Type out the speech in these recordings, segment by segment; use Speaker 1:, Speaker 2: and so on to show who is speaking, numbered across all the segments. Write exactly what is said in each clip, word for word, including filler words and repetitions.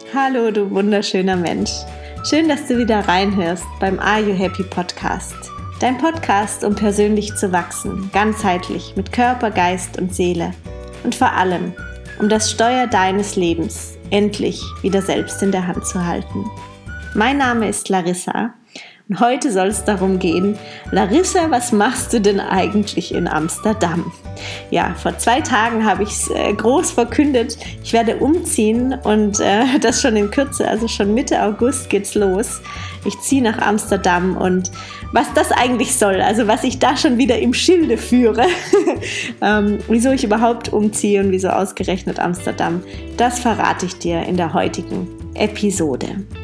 Speaker 1: Hallo, du wunderschöner Mensch. Schön, dass du wieder reinhörst beim Are You Happy Podcast. Dein Podcast, um persönlich zu wachsen, ganzheitlich, mit Körper, Geist und Seele. Und vor allem, um das Steuer deines Lebens endlich wieder selbst in der Hand zu halten. Mein Name ist Larissa. Und heute soll es darum gehen, Larissa, was machst du denn eigentlich in Amsterdam? Ja, vor zwei Tagen habe ich es äh, groß verkündet, ich werde umziehen und äh, das schon in Kürze, also schon Mitte August geht's los. Ich ziehe nach Amsterdam und was das eigentlich soll, also was ich da schon wieder im Schilde führe, ähm, wieso ich überhaupt umziehe und wieso ausgerechnet Amsterdam, das verrate ich dir in der heutigen Episode.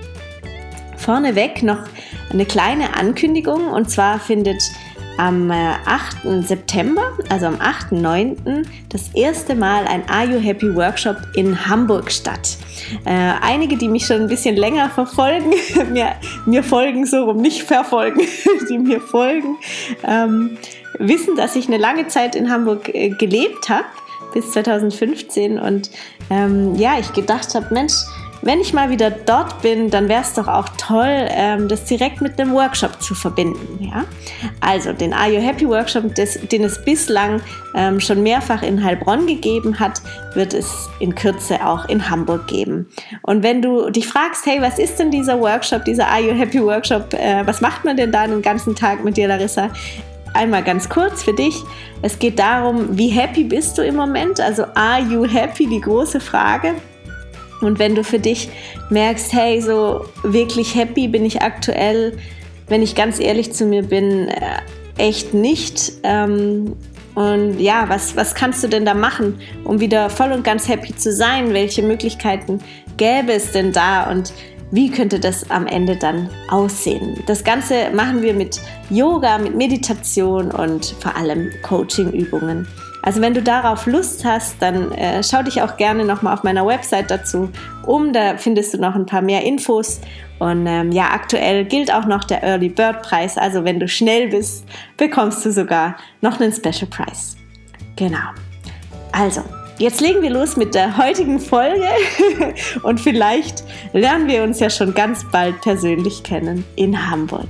Speaker 1: Vorneweg noch eine kleine Ankündigung, und zwar findet am achten September, also am achten neunten das erste Mal ein Are You Happy Workshop in Hamburg statt. Äh, einige, die mich schon ein bisschen länger verfolgen, mir, mir folgen, so rum nicht verfolgen, die mir folgen, ähm, wissen, dass ich eine lange Zeit in Hamburg äh, gelebt habe, bis zwanzig fünfzehn, und ähm, ja, ich gedacht habe, Mensch, wenn ich mal wieder dort bin, dann wäre es doch auch toll, ähm, das direkt mit einem Workshop zu verbinden. Ja? Also den Are You Happy Workshop, des, den es bislang ähm, schon mehrfach in Heilbronn gegeben hat, wird es in Kürze auch in Hamburg geben. Und wenn du dich fragst, hey, was ist denn dieser Workshop, dieser Are You Happy Workshop, äh, was macht man denn da den ganzen Tag mit dir, Larissa? Einmal ganz kurz für dich. Es geht darum, wie happy bist du im Moment? Also Are You Happy, die große Frage. Und wenn du für dich merkst, hey, so wirklich happy bin ich aktuell, wenn ich ganz ehrlich zu mir bin, äh, echt nicht. Ähm, und ja, was, was kannst du denn da machen, um wieder voll und ganz happy zu sein? Welche Möglichkeiten gäbe es denn da und wie könnte das am Ende dann aussehen? Das Ganze machen wir mit Yoga, mit Meditation und vor allem Coaching-Übungen. Also wenn du darauf Lust hast, dann äh, schau dich auch gerne nochmal auf meiner Website dazu um. Da findest du noch ein paar mehr Infos. Und ähm, ja, aktuell gilt auch noch der Early Bird Preis. Also wenn du schnell bist, bekommst du sogar noch einen Special Preis. Genau. Also, jetzt legen wir los mit der heutigen Folge. Und vielleicht lernen wir uns ja schon ganz bald persönlich kennen in Hamburg.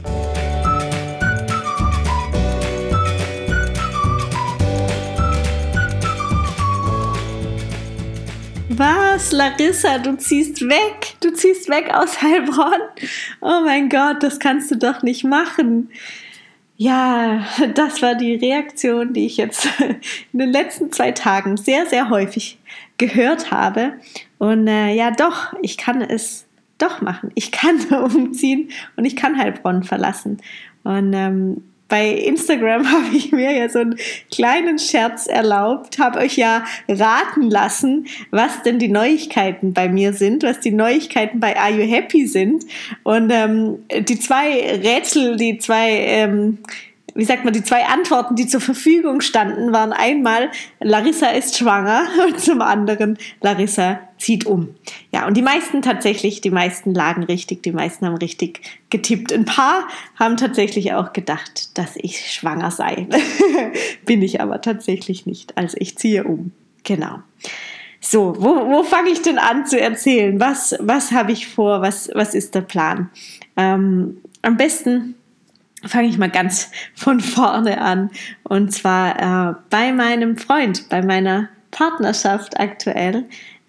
Speaker 1: Was, Larissa, du ziehst weg, du ziehst weg aus Heilbronn? Oh mein Gott, das kannst du doch nicht machen. Ja, das war die Reaktion, die ich jetzt in den letzten zwei Tagen sehr, sehr häufig gehört habe. Und äh, ja, doch, ich kann es doch machen. Ich kann umziehen und ich kann Heilbronn verlassen. Und ähm, bei Instagram habe ich mir ja so einen kleinen Scherz erlaubt, habe euch ja raten lassen, was denn die Neuigkeiten bei mir sind, was die Neuigkeiten bei Are You Happy sind. Und ähm, die zwei Rätsel, die zwei, ähm, wie sagt man, die zwei Antworten, die zur Verfügung standen, waren einmal, Larissa ist schwanger, und zum anderen, Larissa zieht um. Ja, und die meisten tatsächlich, die meisten lagen richtig, die meisten haben richtig getippt. Ein paar haben tatsächlich auch gedacht, dass ich schwanger sei. Bin ich aber tatsächlich nicht. Also ich ziehe um. Genau. So, wo, wo fange ich denn an zu erzählen? Was, was habe ich vor? Was, was ist der Plan? Ähm, am besten fange ich mal ganz von vorne an. Und zwar äh, bei meinem Freund, bei meiner Partnerschaft aktuell.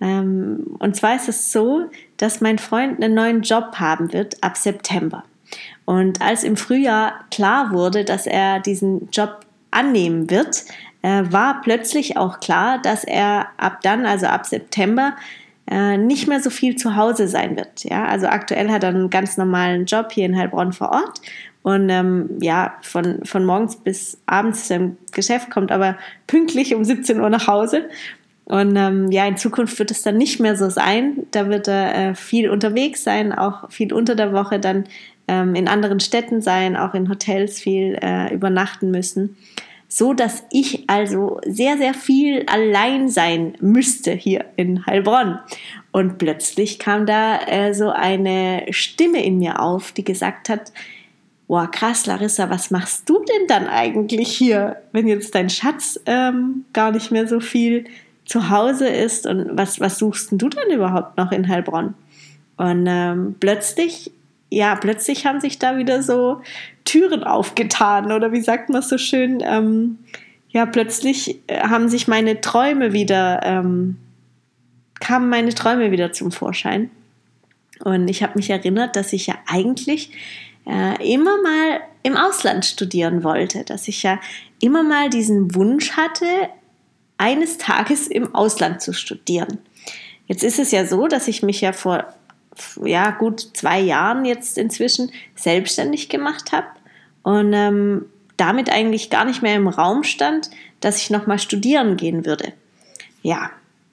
Speaker 1: Ähm, und zwar ist es so, dass mein Freund einen neuen Job haben wird ab September. Und als im Frühjahr klar wurde, dass er diesen Job annehmen wird, äh, war plötzlich auch klar, dass er ab dann, also ab September, äh, nicht mehr so viel zu Hause sein wird. Ja? Also aktuell hat er einen ganz normalen Job hier in Heilbronn vor Ort. Und ähm, ja, von, von morgens bis abends im Geschäft, kommt aber pünktlich um siebzehn Uhr nach Hause. Und ähm, ja, in Zukunft wird es dann nicht mehr so sein. Da wird er äh, viel unterwegs sein, auch viel unter der Woche dann ähm, in anderen Städten sein, auch in Hotels viel äh, übernachten müssen. So dass ich also sehr, sehr viel allein sein müsste hier in Heilbronn. Und plötzlich kam da äh, so eine Stimme in mir auf, die gesagt hat, wow, krass, Larissa, was machst du denn dann eigentlich hier, wenn jetzt dein Schatz ähm, gar nicht mehr so viel zu Hause ist und was, was suchst denn du denn überhaupt noch in Heilbronn? Und ähm, plötzlich, ja, plötzlich haben sich da wieder so Türen aufgetan oder wie sagt man so schön, ähm, ja, plötzlich haben sich meine Träume wieder, ähm, kamen meine Träume wieder zum Vorschein. Und ich habe mich erinnert, dass ich ja eigentlich äh, immer mal im Ausland studieren wollte, dass ich ja immer mal diesen Wunsch hatte, eines Tages im Ausland zu studieren. Jetzt ist es ja so, dass ich mich ja vor ja, gut zwei Jahren jetzt inzwischen selbstständig gemacht habe und ähm, damit eigentlich gar nicht mehr im Raum stand, dass ich nochmal studieren gehen würde. Ja,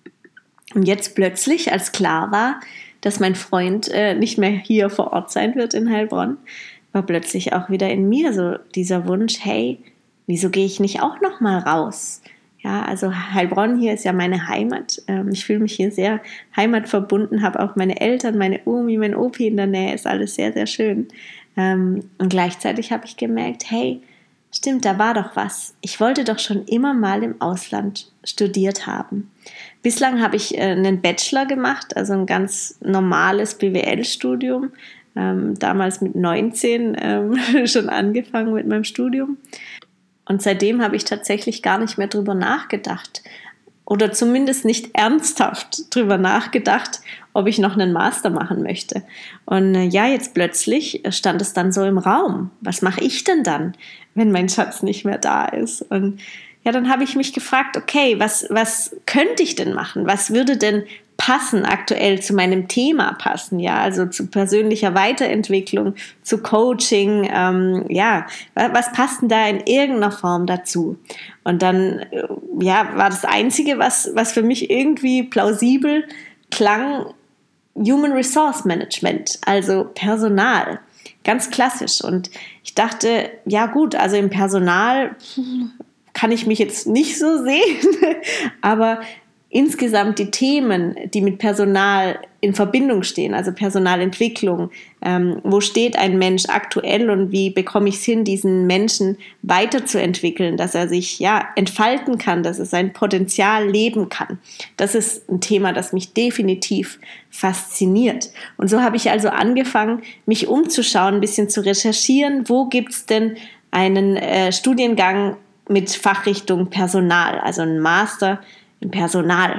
Speaker 1: und jetzt plötzlich, als klar war, dass mein Freund äh, nicht mehr hier vor Ort sein wird in Heilbronn, war plötzlich auch wieder in mir so dieser Wunsch, hey, wieso gehe ich nicht auch nochmal raus? Ja, also Heilbronn hier ist ja meine Heimat. Ich fühle mich hier sehr heimatverbunden, habe auch meine Eltern, meine Omi, mein Opi in der Nähe, ist alles sehr, sehr schön. Und gleichzeitig habe ich gemerkt, hey, stimmt, da war doch was. Ich wollte doch schon immer mal im Ausland studiert haben. Bislang habe ich einen Bachelor gemacht, also ein ganz normales B W L-Studium. Damals mit neunzehn schon angefangen mit meinem Studium. Und seitdem habe ich tatsächlich gar nicht mehr drüber nachgedacht oder zumindest nicht ernsthaft drüber nachgedacht, ob ich noch einen Master machen möchte. Und äh, ja, jetzt plötzlich stand es dann so im Raum. Was mache ich denn dann, wenn mein Schatz nicht mehr da ist? Und ja, dann habe ich mich gefragt, okay, was, was könnte ich denn machen? Was würde denn passen, aktuell zu meinem Thema passen, ja, also zu persönlicher Weiterentwicklung, zu Coaching, ähm, ja, was passt denn da in irgendeiner Form dazu? Und dann, ja, war das Einzige, was, was für mich irgendwie plausibel klang, Human Resource Management, also Personal, ganz klassisch. Und ich dachte, ja gut, also im Personal kann ich mich jetzt nicht so sehen, aber insgesamt die Themen, die mit Personal in Verbindung stehen, also Personalentwicklung, ähm, wo steht ein Mensch aktuell und wie bekomme ich es hin, diesen Menschen weiterzuentwickeln, dass er sich ja entfalten kann, dass er sein Potenzial leben kann. Das ist ein Thema, das mich definitiv fasziniert. Und so habe ich also angefangen, mich umzuschauen, ein bisschen zu recherchieren, wo gibt es denn einen äh, Studiengang mit Fachrichtung Personal, also einen Master im Personal.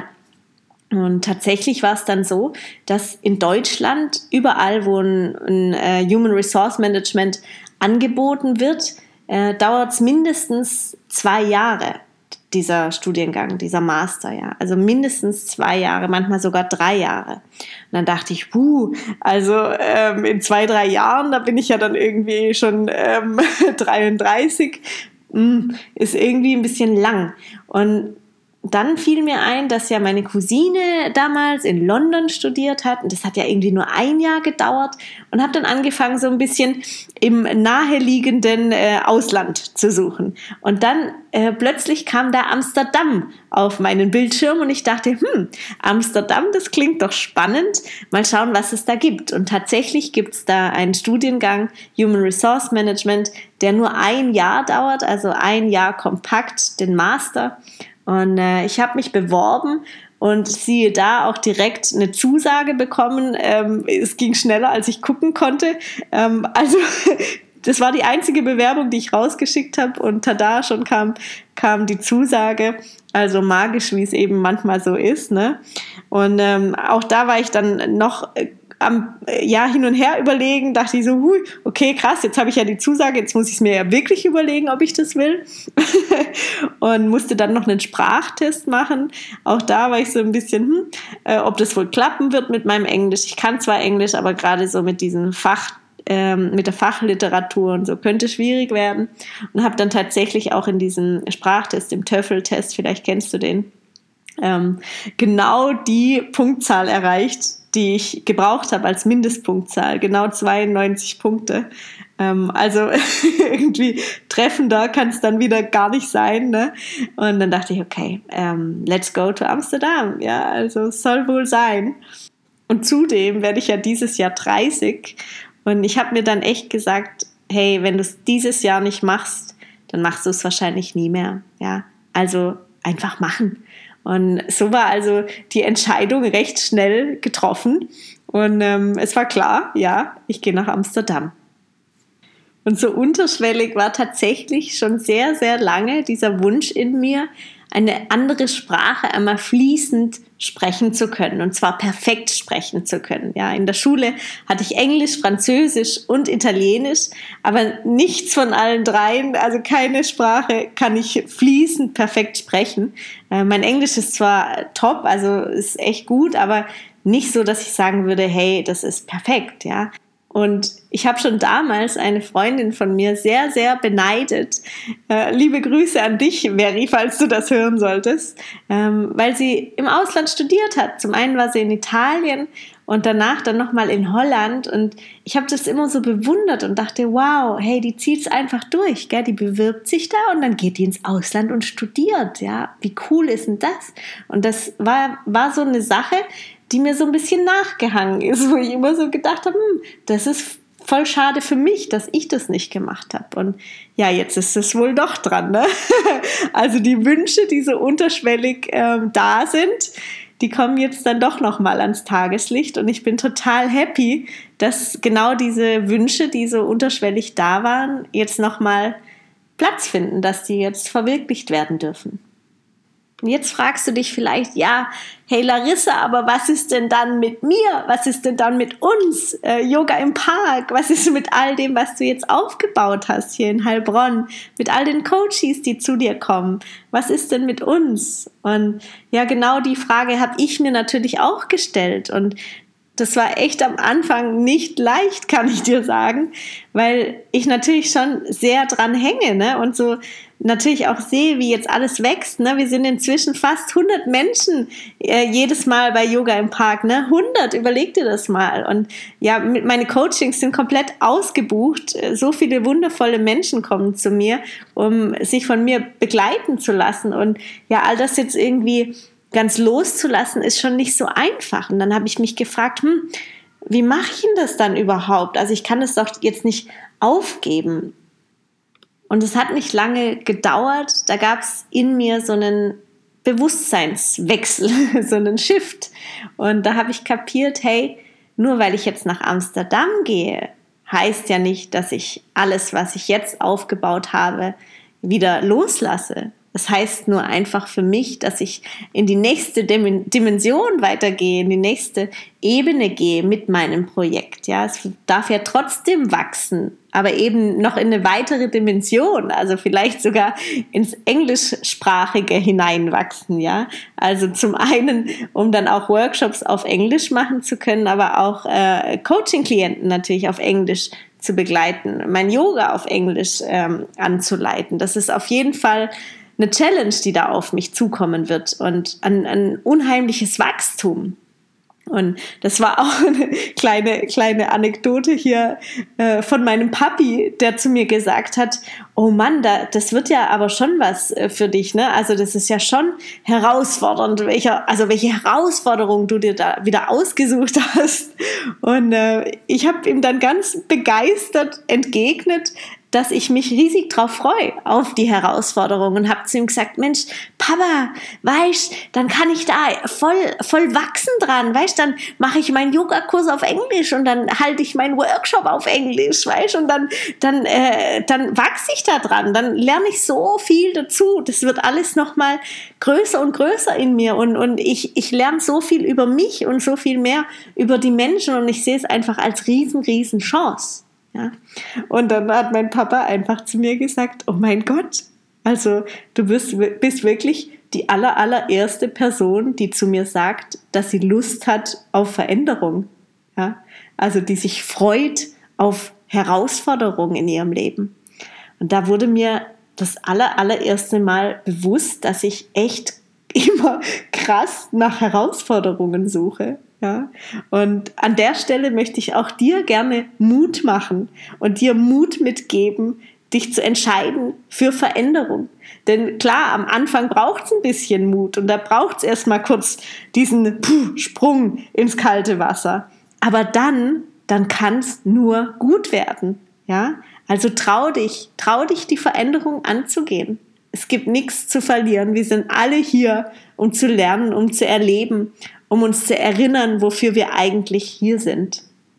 Speaker 1: Und tatsächlich war es dann so, dass in Deutschland überall, wo ein, ein äh, Human Resource Management angeboten wird, äh, dauert es mindestens zwei Jahre, dieser Studiengang, dieser Master, ja. Also mindestens zwei Jahre, manchmal sogar drei Jahre. Und dann dachte ich, puh, also ähm, in zwei, drei Jahren, da bin ich ja dann irgendwie schon ähm, dreiunddreißig, mh, ist irgendwie ein bisschen lang. Und dann fiel mir ein, dass ja meine Cousine damals in London studiert hat und das hat ja irgendwie nur ein Jahr gedauert und habe dann angefangen, so ein bisschen im naheliegenden äh, Ausland zu suchen. Und dann äh, plötzlich kam da Amsterdam auf meinen Bildschirm und ich dachte, hm, Amsterdam, das klingt doch spannend. Mal schauen, was es da gibt. Und tatsächlich gibt es da einen Studiengang Human Resource Management, der nur ein Jahr dauert, also ein Jahr kompakt, den Master. Und äh, ich habe mich beworben und siehe da auch direkt eine Zusage bekommen. Ähm, es ging schneller, als ich gucken konnte. Ähm, also das war die einzige Bewerbung, die ich rausgeschickt habe und tada, schon kam, kam die Zusage. Also magisch, wie es eben manchmal so ist, ne? Und ähm, auch da war ich dann noch äh, am Jahr hin und her überlegen, dachte ich so, hui, okay, krass, jetzt habe ich ja die Zusage, jetzt muss ich es mir ja wirklich überlegen, ob ich das will. Und musste dann noch einen Sprachtest machen. Auch da war ich so ein bisschen, hm, äh, ob das wohl klappen wird mit meinem Englisch. Ich kann zwar Englisch, aber gerade so mit diesem Fach, ähm, mit der Fachliteratur und so könnte schwierig werden. Und habe dann tatsächlich auch in diesem Sprachtest, dem TOEFL-Test, vielleicht kennst du den, ähm, genau die Punktzahl erreicht, die ich gebraucht habe als Mindestpunktzahl, genau zweiundneunzig Punkte. Ähm, also irgendwie treffender kann es dann wieder gar nicht sein, ne? Und dann dachte ich, okay, ähm, let's go to Amsterdam. Ja, also soll wohl sein. Und zudem werde ich ja dieses Jahr dreißig und ich habe mir dann echt gesagt, hey, wenn du es dieses Jahr nicht machst, dann machst du es wahrscheinlich nie mehr. Ja, also einfach machen. Und so war also die Entscheidung recht schnell getroffen. Und ähm, es war klar, ja, ich gehe nach Amsterdam. Und so unterschwellig war tatsächlich schon sehr, sehr lange dieser Wunsch in mir, eine andere Sprache einmal fließend sprechen zu können, und zwar perfekt sprechen zu können. Ja, in der Schule hatte ich Englisch, Französisch und Italienisch, aber nichts von allen dreien, also keine Sprache kann ich fließend perfekt sprechen. Äh, mein Englisch ist zwar top, also ist echt gut, aber nicht so, dass ich sagen würde, hey, das ist perfekt, ja. Und ich habe schon damals eine Freundin von mir sehr, sehr beneidet. Äh, liebe Grüße an dich, Veri, falls du das hören solltest, ähm, weil sie im Ausland studiert hat. Zum einen war sie in Italien und danach dann nochmal in Holland. Und ich habe das immer so bewundert und dachte, wow, hey, die zieht es einfach durch, gell? Die bewirbt sich da und dann geht die ins Ausland und studiert. Ja, wie cool ist denn das? Und das war, war so eine Sache, die mir so ein bisschen nachgehangen ist, wo ich immer so gedacht habe, hm, das ist voll schade für mich, dass ich das nicht gemacht habe. Und ja, jetzt ist es wohl doch dran, ne? Also die Wünsche, die so unterschwellig ähm, da sind, die kommen jetzt dann doch nochmal ans Tageslicht. Und ich bin total happy, dass genau diese Wünsche, die so unterschwellig da waren, jetzt nochmal Platz finden, dass die jetzt verwirklicht werden dürfen. Und jetzt fragst du dich vielleicht, ja, hey Larissa, aber was ist denn dann mit mir? Was ist denn dann mit uns? Äh, Yoga im Park? Was ist mit all dem, was du jetzt aufgebaut hast hier in Heilbronn? Mit all den Coaches, die zu dir kommen? Was ist denn mit uns? Und ja, genau die Frage habe ich mir natürlich auch gestellt. Und das war echt am Anfang nicht leicht, kann ich dir sagen, weil ich natürlich schon sehr dran hänge, ne? Und so natürlich auch sehe, wie jetzt alles wächst, ne? Wir sind inzwischen fast hundert Menschen äh, jedes Mal bei Yoga im Park, ne? hundert, überleg dir das mal. Und ja, mit, meine Coachings sind komplett ausgebucht. So viele wundervolle Menschen kommen zu mir, um sich von mir begleiten zu lassen. Und ja, all das jetzt irgendwie ganz loszulassen, ist schon nicht so einfach. Und dann habe ich mich gefragt, hm, wie mache ich denn das dann überhaupt? Also ich kann das doch jetzt nicht aufgeben. Und es hat nicht lange gedauert, da gab es in mir so einen Bewusstseinswechsel, so einen Shift. Und da habe ich kapiert, hey, nur weil ich jetzt nach Amsterdam gehe, heißt ja nicht, dass ich alles, was ich jetzt aufgebaut habe, wieder loslasse. Das heißt nur einfach für mich, dass ich in die nächste Dimension weitergehe, in die nächste Ebene gehe mit meinem Projekt. Ja, es darf ja trotzdem wachsen, aber eben noch in eine weitere Dimension, also vielleicht sogar ins Englischsprachige hineinwachsen. Ja, also zum einen, um dann auch Workshops auf Englisch machen zu können, aber auch äh, Coaching-Klienten natürlich auf Englisch zu begleiten, mein Yoga auf Englisch ähm, anzuleiten. Das ist auf jeden Fall eine Challenge, die da auf mich zukommen wird und ein, ein unheimliches Wachstum. Und das war auch eine kleine, kleine Anekdote hier äh, von meinem Papi, der zu mir gesagt hat, oh Mann, da, das wird ja aber schon was äh, für dich, ne? Also das ist ja schon herausfordernd, welcher, also welche Herausforderung du dir da wieder ausgesucht hast. Und äh, ich habe ihm dann ganz begeistert entgegnet, dass ich mich riesig drauf freue, auf die Herausforderung, und habe zu ihm gesagt, Mensch, Papa, weißt, dann kann ich da voll, voll wachsen dran, weißt, dann mache ich meinen Yogakurs auf Englisch und dann halte ich meinen Workshop auf Englisch, weißt, und dann, dann, äh, dann wachse ich da dran, dann lerne ich so viel dazu, das wird alles nochmal größer und größer in mir, und, und ich, ich lerne so viel über mich und so viel mehr über die Menschen, und ich sehe es einfach als riesen, riesen Chance. Ja. Und dann hat mein Papa einfach zu mir gesagt, oh mein Gott, also du bist, bist wirklich die aller, allererste Person, die zu mir sagt, dass sie Lust hat auf Veränderung. Ja. Also die sich freut auf Herausforderungen in ihrem Leben. Und da wurde mir das aller, allererste Mal bewusst, dass ich echt immer krass nach Herausforderungen suche. Ja, und an der Stelle möchte ich auch dir gerne Mut machen und dir Mut mitgeben, dich zu entscheiden für Veränderung. Denn klar, am Anfang braucht es ein bisschen Mut und da braucht es erstmal kurz diesen Puh, Sprung ins kalte Wasser. Aber dann, dann kann es nur gut werden. Ja, also trau dich, trau dich, die Veränderung anzugehen. Es gibt nichts zu verlieren. Wir sind alle hier, um zu lernen, um zu erleben, um uns zu erinnern, wofür wir eigentlich hier sind.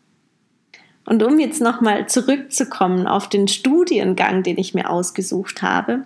Speaker 1: Und um jetzt nochmal zurückzukommen auf den Studiengang, den ich mir ausgesucht habe,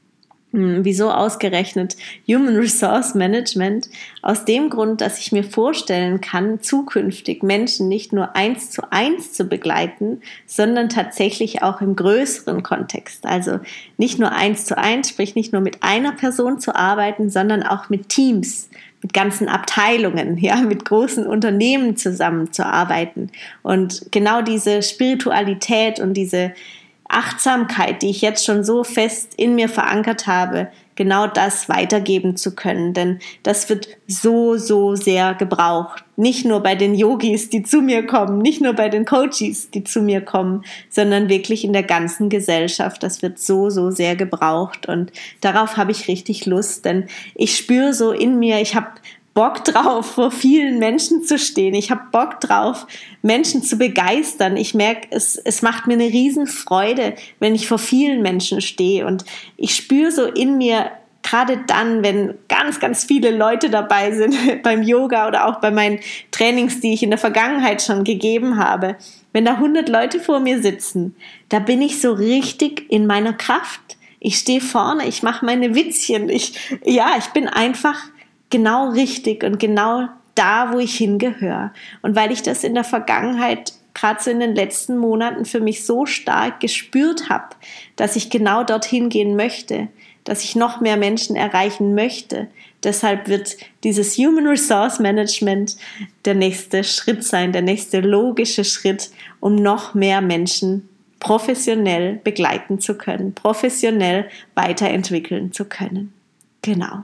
Speaker 1: wieso ausgerechnet Human Resource Management? Aus dem Grund, dass ich mir vorstellen kann, zukünftig Menschen nicht nur eins zu eins zu begleiten, sondern tatsächlich auch im größeren Kontext. Also nicht nur eins zu eins, sprich nicht nur mit einer Person zu arbeiten, sondern auch mit Teams, mit ganzen Abteilungen, ja, mit großen Unternehmen zusammenzuarbeiten. Und genau diese Spiritualität und diese Achtsamkeit, die ich jetzt schon so fest in mir verankert habe, genau das weitergeben zu können. Denn das wird so, so sehr gebraucht. Nicht nur bei den Yogis, die zu mir kommen, nicht nur bei den Coaches, die zu mir kommen, sondern wirklich in der ganzen Gesellschaft. Das wird so, so sehr gebraucht. Und darauf habe ich richtig Lust, denn ich spüre so in mir, ich habe Bock drauf, vor vielen Menschen zu stehen. Ich habe Bock drauf, Menschen zu begeistern. Ich merke, es, es macht mir eine Riesenfreude, wenn ich vor vielen Menschen stehe. Und ich spüre so in mir, gerade dann, wenn ganz, ganz viele Leute dabei sind, beim Yoga oder auch bei meinen Trainings, die ich in der Vergangenheit schon gegeben habe, wenn da hundert Leute vor mir sitzen, da bin ich so richtig in meiner Kraft. Ich stehe vorne, ich mache meine Witzchen. Ich, ja, ich bin einfach genau richtig und genau da, wo ich hingehöre. Und weil ich das in der Vergangenheit, gerade so in den letzten Monaten für mich so stark gespürt habe, dass ich genau dorthin gehen möchte, dass ich noch mehr Menschen erreichen möchte. Deshalb wird dieses Human Resource Management der nächste Schritt sein, der nächste logische Schritt, um noch mehr Menschen professionell begleiten zu können, professionell weiterentwickeln zu können. Genau.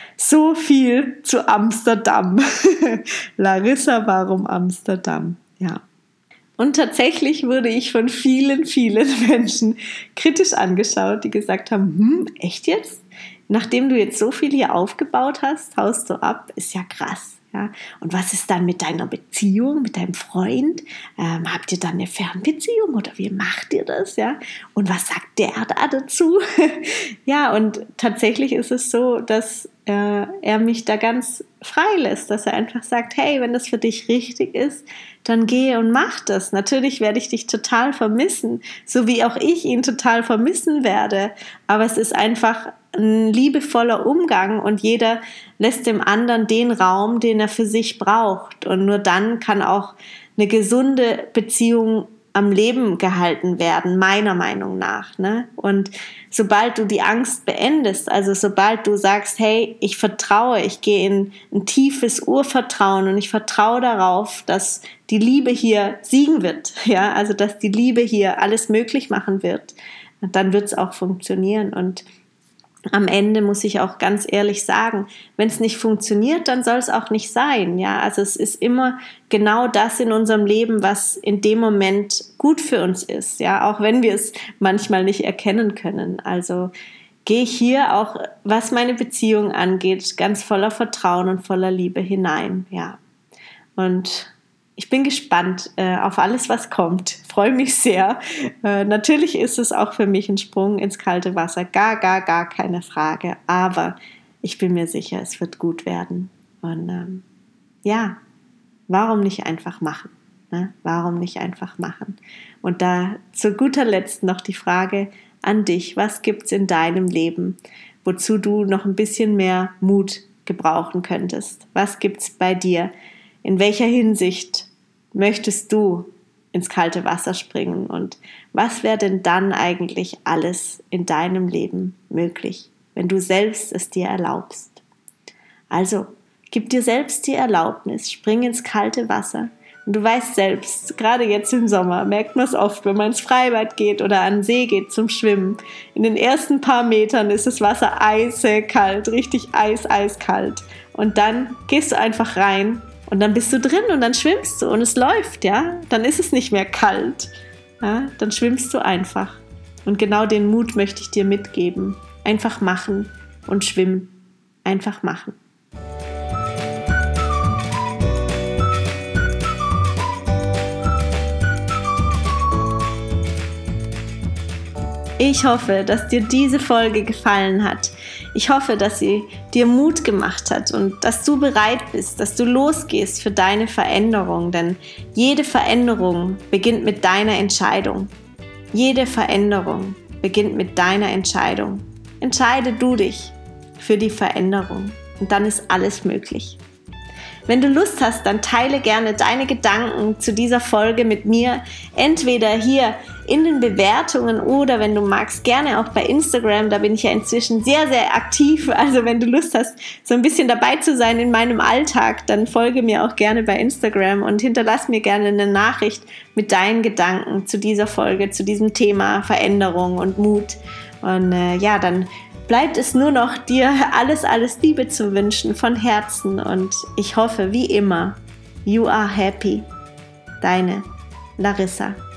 Speaker 1: So viel zu Amsterdam. Larissa, warum Amsterdam? Ja. Und tatsächlich wurde ich von vielen, vielen Menschen kritisch angeschaut, die gesagt haben, hm, echt jetzt? Nachdem du jetzt so viel hier aufgebaut hast, haust du ab, ist ja krass. Ja? Und was ist dann mit deiner Beziehung, mit deinem Freund? Ähm, habt ihr dann eine Fernbeziehung oder wie macht ihr das? Ja? Und was sagt der da dazu? Ja, und tatsächlich ist es so, dass äh, er mich da ganz frei lässt, dass er einfach sagt, hey, wenn das für dich richtig ist, dann gehe und mach das. Natürlich werde ich dich total vermissen, so wie auch ich ihn total vermissen werde. Aber es ist einfach ein liebevoller Umgang und jeder lässt dem anderen den Raum, den er für sich braucht. Und nur dann kann auch eine gesunde Beziehung am Leben gehalten werden, meiner Meinung nach. Ne? Und sobald du die Angst beendest, also sobald du sagst, hey, ich vertraue, ich gehe in ein tiefes Urvertrauen und ich vertraue darauf, dass die Liebe hier siegen wird, ja, also dass die Liebe hier alles möglich machen wird, dann wird es auch funktionieren. Und am Ende muss ich auch ganz ehrlich sagen, wenn es nicht funktioniert, dann soll es auch nicht sein. Ja, also es ist immer genau das in unserem Leben, was in dem Moment gut für uns ist. Ja, auch wenn wir es manchmal nicht erkennen können. Also gehe ich hier auch, was meine Beziehung angeht, ganz voller Vertrauen und voller Liebe hinein. Ja, und ich bin gespannt äh, auf alles, was kommt. Freue mich sehr. Äh, natürlich ist es auch für mich ein Sprung ins kalte Wasser. Gar, gar, gar keine Frage. Aber ich bin mir sicher, es wird gut werden. Und ähm, ja, warum nicht einfach machen? Ne? Warum nicht einfach machen? Und da zu guter Letzt noch die Frage an dich. Was gibt's in deinem Leben, wozu du noch ein bisschen mehr Mut gebrauchen könntest? Was gibt's bei dir? In welcher Hinsicht möchtest du ins kalte Wasser springen und was wäre denn dann eigentlich alles in deinem Leben möglich, wenn du selbst es dir erlaubst? Also, gib dir selbst die Erlaubnis, spring ins kalte Wasser. Und du weißt selbst, gerade jetzt im Sommer merkt man es oft, wenn man ins Freibad geht oder an den See geht zum Schwimmen. In den ersten paar Metern ist das Wasser eisekalt, richtig eis, eiskalt. Und dann gehst du einfach rein. Und dann bist du drin und dann schwimmst du und es läuft, ja. Dann ist es nicht mehr kalt, ja. Dann schwimmst du einfach. Und genau den Mut möchte ich dir mitgeben. Einfach machen und schwimmen. Einfach machen. Ich hoffe, dass dir diese Folge gefallen hat. Ich hoffe, dass sie dir Mut gemacht hat und dass du bereit bist, dass du losgehst für deine Veränderung. Denn jede Veränderung beginnt mit deiner Entscheidung. Jede Veränderung beginnt mit deiner Entscheidung. Entscheide du dich für die Veränderung und dann ist alles möglich. Wenn du Lust hast, dann teile gerne deine Gedanken zu dieser Folge mit mir, entweder hier in den Bewertungen oder wenn du magst, gerne auch bei Instagram, da bin ich ja inzwischen sehr, sehr aktiv, also wenn du Lust hast, so ein bisschen dabei zu sein in meinem Alltag, dann folge mir auch gerne bei Instagram und hinterlass mir gerne eine Nachricht mit deinen Gedanken zu dieser Folge, zu diesem Thema Veränderung und Mut und äh, ja, dann bleibt es nur noch, dir alles, alles Liebe zu wünschen von Herzen und ich hoffe, wie immer, you are happy. Deine Larissa.